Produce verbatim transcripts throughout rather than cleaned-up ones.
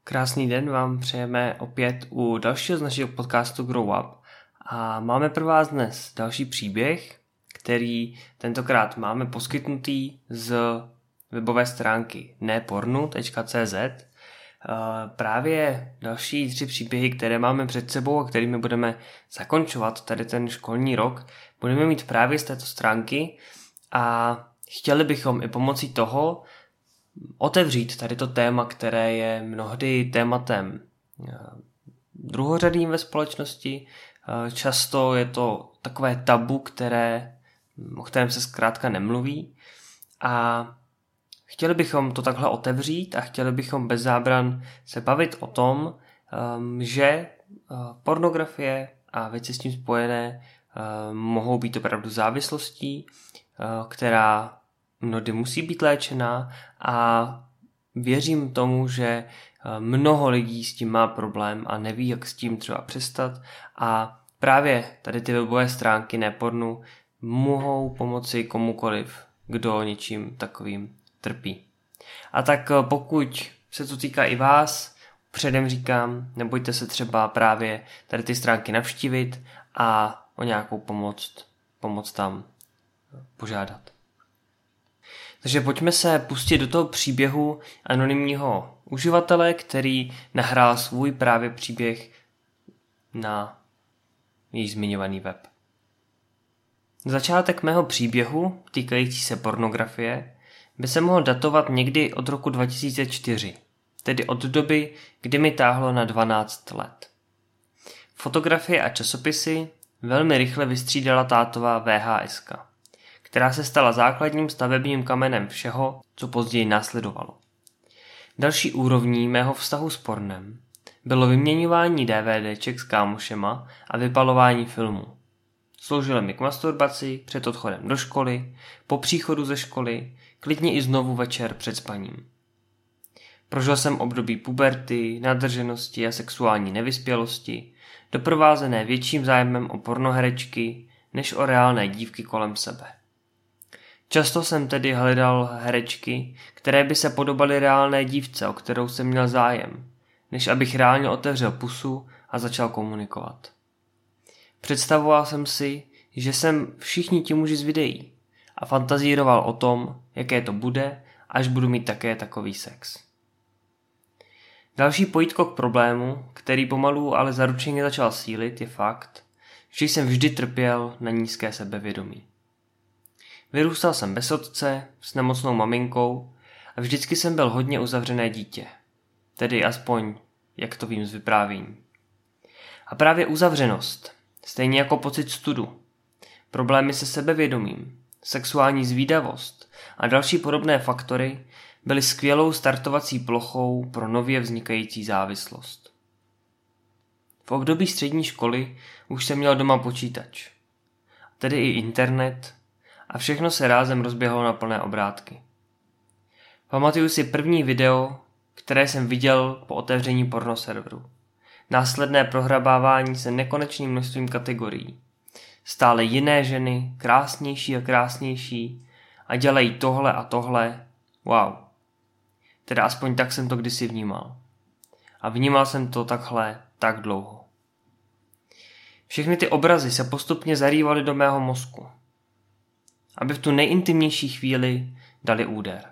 Krásný den vám přejeme opět u dalšího z našeho podcastu Grow Up a máme pro vás dnes další příběh, který tentokrát máme poskytnutý z webové stránky nepornu tečka cé zet. Právě další tři příběhy, které máme před sebou a kterými budeme zakončovat tady ten školní rok, budeme mít právě z této stránky a chtěli bychom i pomocí toho otevřít tady to téma, které je mnohdy tématem druhořadým ve společnosti. Často je to takové tabu, které, o kterém se zkrátka nemluví. A chtěli bychom to takhle otevřít a chtěli bychom bez zábran se bavit o tom, že pornografie a věci s tím spojené mohou být opravdu závislostí, která mnohdy musí být léčená, a věřím tomu, že mnoho lidí s tím má problém a neví, jak s tím třeba přestat, a právě tady ty webové stránky nepornu mohou pomoci komukoliv, kdo něčím takovým trpí. A tak pokud se to týká i vás, předem říkám, nebojte se třeba právě tady ty stránky navštívit a o nějakou pomoc, pomoc tam požádat. Takže pojďme se pustit do toho příběhu anonymního uživatele, který nahrál svůj právě příběh na již zmiňovaný web. Začátek mého příběhu týkající se pornografie by se mohl datovat někdy od roku dva tisíce čtyři, tedy od doby, kdy mi táhlo na dvanáct let. Fotografie a časopisy velmi rychle vystřídala tátová vé há eska, která se stala základním stavebním kamenem všeho, co později následovalo. Další úrovní mého vztahu s pornem bylo vyměňování DVDček s kámošema a vypalování filmů. Sloužily mi k masturbaci před odchodem do školy, po příchodu ze školy, klidně i znovu večer před spaním. Prožil jsem období puberty, nadrženosti a sexuální nevyspělosti, doprovázené větším zájmem o pornoherečky než o reálné dívky kolem sebe. Často jsem tedy hledal herečky, které by se podobaly reálné dívce, o kterou jsem měl zájem, než abych reálně otevřel pusu a začal komunikovat. Představoval jsem si, že jsem všichni ti muži z videí a fantazíroval o tom, jaké to bude, až budu mít také takový sex. Další pojítko k problému, který pomalu ale zaručeně začal sílit, je fakt, že jsem vždy trpěl na nízké sebevědomí. Vyrůstal jsem bez otce, s nemocnou maminkou a vždycky jsem byl hodně uzavřené dítě. Tedy aspoň, jak to vím z vyprávění. A právě uzavřenost, stejně jako pocit studu, problémy se sebevědomím, sexuální zvídavost a další podobné faktory byly skvělou startovací plochou pro nově vznikající závislost. V období střední školy už jsem měl doma počítač, tedy i internet, a všechno se rázem rozběhlo na plné obrátky. Pamatuju si první video, které jsem viděl po otevření pornoserveru. Následné prohrabávání se nekonečným množstvím kategorií. Stále jiné ženy, krásnější a krásnější, a dělají tohle a tohle. Wow. Teda aspoň tak jsem to kdysi vnímal. A vnímal jsem to takhle tak dlouho. Všechny ty obrazy se postupně zarývaly do mého mozku, aby v tu nejintimnější chvíli dali úder.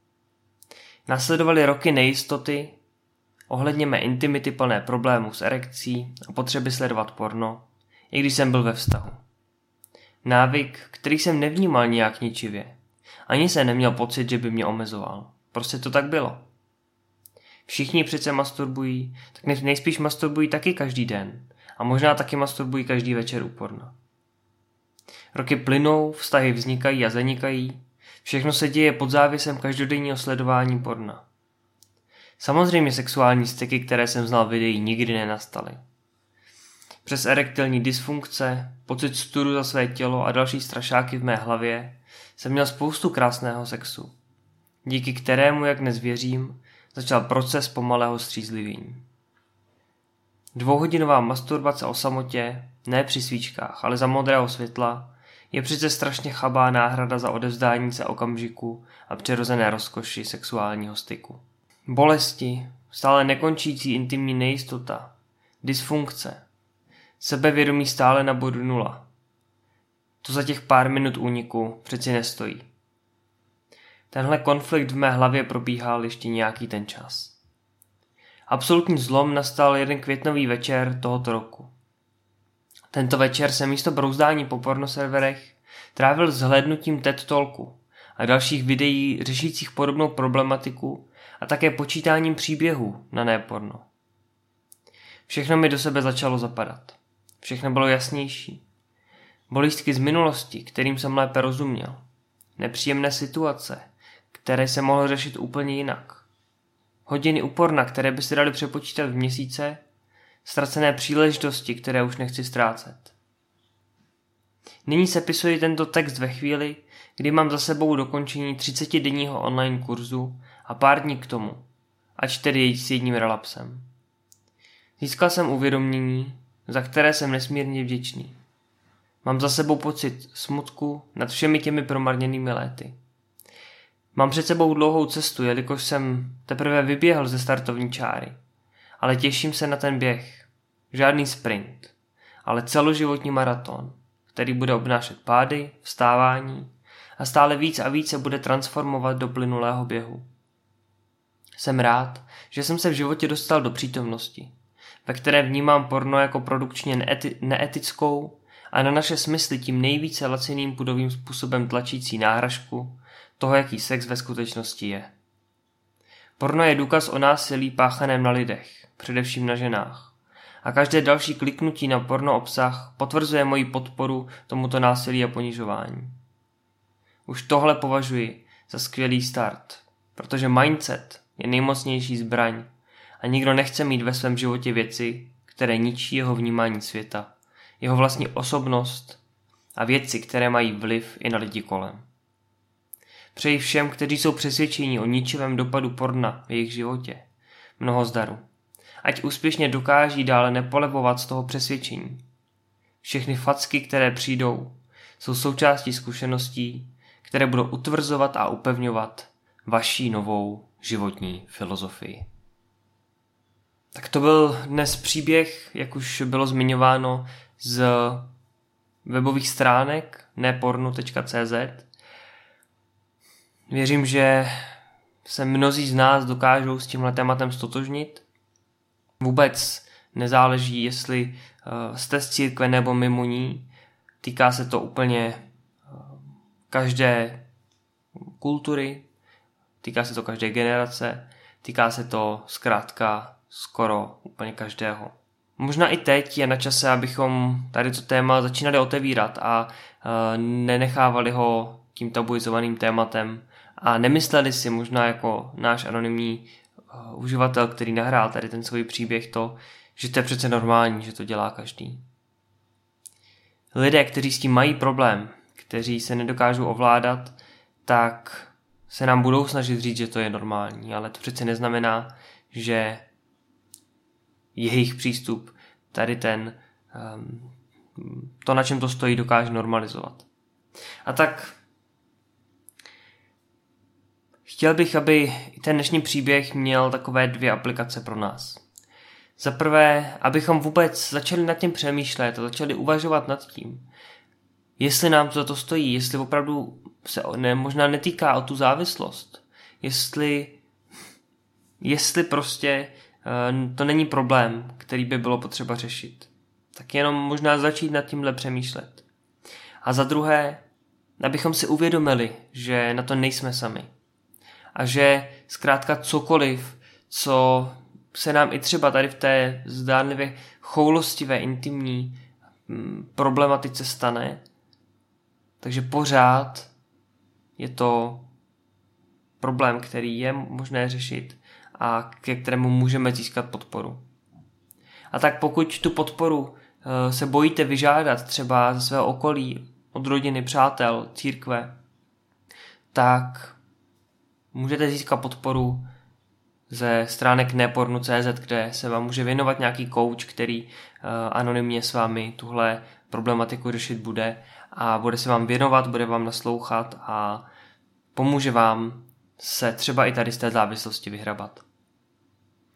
Následovaly roky nejistoty ohledně mé intimity plné problémů s erekcí a potřeby sledovat porno, i když jsem byl ve vztahu. Návyk, který jsem nevnímal nijak ničivě. Ani jsem neměl pocit, že by mě omezoval. Prostě to tak bylo. Všichni přece masturbují, tak nejspíš masturbují taky každý den. A možná taky masturbují každý večer u porna. Roky plynou, vztahy vznikají a zanikají, všechno se děje pod závisem každodenního sledování porna. Samozřejmě sexuální styky, které jsem znal v videí, nikdy nenastaly. Přes erektilní dysfunkce, pocit studu za své tělo a další strašáky v mé hlavě jsem měl spoustu krásného sexu, díky kterému, jak dnes věřím, začal proces pomalého střízlivění. Dvouhodinová masturbace o samotě, ne při svíčkách, ale za modrého světla, je přece strašně chabá náhrada za odevzdání se okamžiku a přirozené rozkoši sexuálního styku. Bolesti, stále nekončící intimní nejistota, dysfunkce, sebevědomí stále na bodu nula. To za těch pár minut úniku přeci nestojí. Tenhle konflikt v mé hlavě probíhal ještě nějaký ten čas. Absolutní zlom nastal jeden květnový večer tohoto roku. Tento večer jsem místo brouzdání po pornoserverech trávil zhlédnutím TED Talku a dalších videí řešících podobnou problematiku a také počítáním příběhů na neporno. Všechno mi do sebe začalo zapadat. Všechno bylo jasnější. Bolístky z minulosti, kterým jsem lépe rozuměl. Nepříjemné situace, které se mohlo řešit úplně jinak. Hodiny u porna, které by se daly přepočítat v měsíce, ztracené příležitosti, které už nechci ztrácet. Nyní sepisuji tento text ve chvíli, kdy mám za sebou dokončení třicetidenního online kurzu a pár dní k tomu, ač tedy s jedním relapsem. Získal jsem uvědomění, za které jsem nesmírně vděčný. Mám za sebou pocit smutku nad všemi těmi promarněnými léty. Mám před sebou dlouhou cestu, jelikož jsem teprve vyběhl ze startovní čáry. Ale těším se na ten běh. Žádný sprint, ale celoživotní maraton, který bude obnášet pády, vstávání a stále víc a víc se bude transformovat do plynulého běhu. Jsem rád, že jsem se v životě dostal do přítomnosti, ve které vnímám porno jako produkčně neeti- neetickou a na naše smysly tím nejvíce laciným pudovým způsobem tlačící náhražku toho, jaký sex ve skutečnosti je. Porno je důkaz o násilí páchaném na lidech, především na ženách. A každé další kliknutí na porno obsah potvrzuje moji podporu tomuto násilí a ponižování. Už tohle považuji za skvělý start, protože mindset je nejmocnější zbraň a nikdo nechce mít ve svém životě věci, které ničí jeho vnímání světa, jeho vlastní osobnost a věci, které mají vliv i na lidi kolem. Přeji všem, kteří jsou přesvědčeni o ničivém dopadu porna v jejich životě, mnoho zdaru. Ať úspěšně dokáží dále nepolevovat z toho přesvědčení. Všechny facky, které přijdou, jsou součástí zkušeností, které budou utvrzovat a upevňovat vaší novou životní filozofii. Tak to byl dnes příběh, jak už bylo zmiňováno, z webových stránek neporno tečka cé zet. Věřím, že se mnozí z nás dokážou s tímhle tématem stotožnit. Vůbec nezáleží, jestli jste z církve nebo mimo ní. Týká se to úplně každé kultury, týká se to každé generace, týká se to zkrátka skoro úplně každého. Možná i teď je na čase, abychom tady to téma začínali otevírat a nenechávali ho tím tabuizovaným tématem a nemysleli si možná jako náš anonymní uh, uživatel, který nahrál tady ten svůj příběh to, že to je přece normální, že to dělá každý. Lidé, kteří s tím mají problém, kteří se nedokážou ovládat, tak se nám budou snažit říct, že to je normální, ale to přece neznamená, že jejich přístup tady ten, um, to, na čem to stojí, dokáže normalizovat. A tak chtěl bych, aby ten dnešní příběh měl takové dvě aplikace pro nás. Za prvé, abychom vůbec začali nad tím přemýšlet a začali uvažovat nad tím, jestli nám to za to stojí, jestli opravdu se ne, možná netýká o tu závislost, jestli, jestli prostě uh, to není problém, který by bylo potřeba řešit. Tak jenom možná začít nad tímhle přemýšlet. A za druhé, abychom si uvědomili, že na to nejsme sami. A že zkrátka cokoliv, co se nám i třeba tady v té zdánlivě choulostivé, intimní problematice stane, takže pořád je to problém, který je možné řešit a ke kterému můžeme získat podporu. A tak pokud tu podporu se bojíte vyžádat třeba ze svého okolí, od rodiny, přátel, církve, tak můžete získat podporu ze stránek neporno tečka cé zet, kde se vám může věnovat nějaký coach, který uh, anonymně s vámi tuhle problematiku řešit bude a bude se vám věnovat, bude vám naslouchat a pomůže vám se třeba i tady z té závislosti vyhrabat.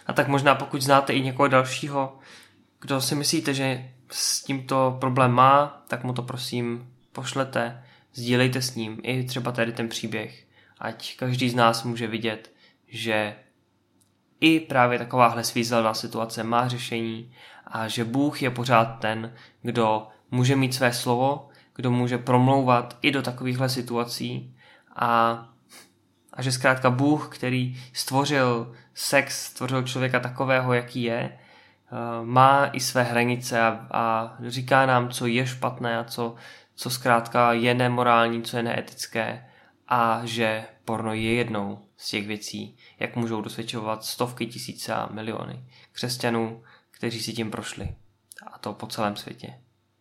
A tak možná pokud znáte i někoho dalšího, kdo si myslíte, že s tímto problém má, tak mu to prosím pošlete, sdílejte s ním i třeba tady ten příběh, ať každý z nás může vidět, že i právě takováhle svízelná situace má řešení a že Bůh je pořád ten, kdo může mít své slovo, kdo může promlouvat i do takovýchhle situací a, a že zkrátka Bůh, který stvořil sex, stvořil člověka takového, jaký je, má i své hranice a, a říká nám, co je špatné a co, co zkrátka je nemorální, co je neetické a že porno je jednou z těch věcí, jak můžou dosvědčovat stovky tisíce a miliony křesťanů, kteří si tím prošli. A to po celém světě.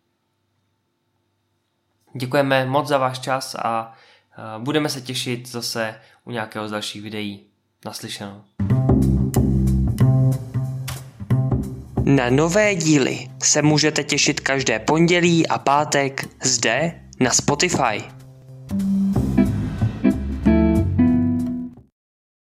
Děkujeme moc za váš čas a budeme se těšit zase u nějakého z dalších videí. Naslyšenou. Na nové díly se můžete těšit každé pondělí a pátek zde na Spotify.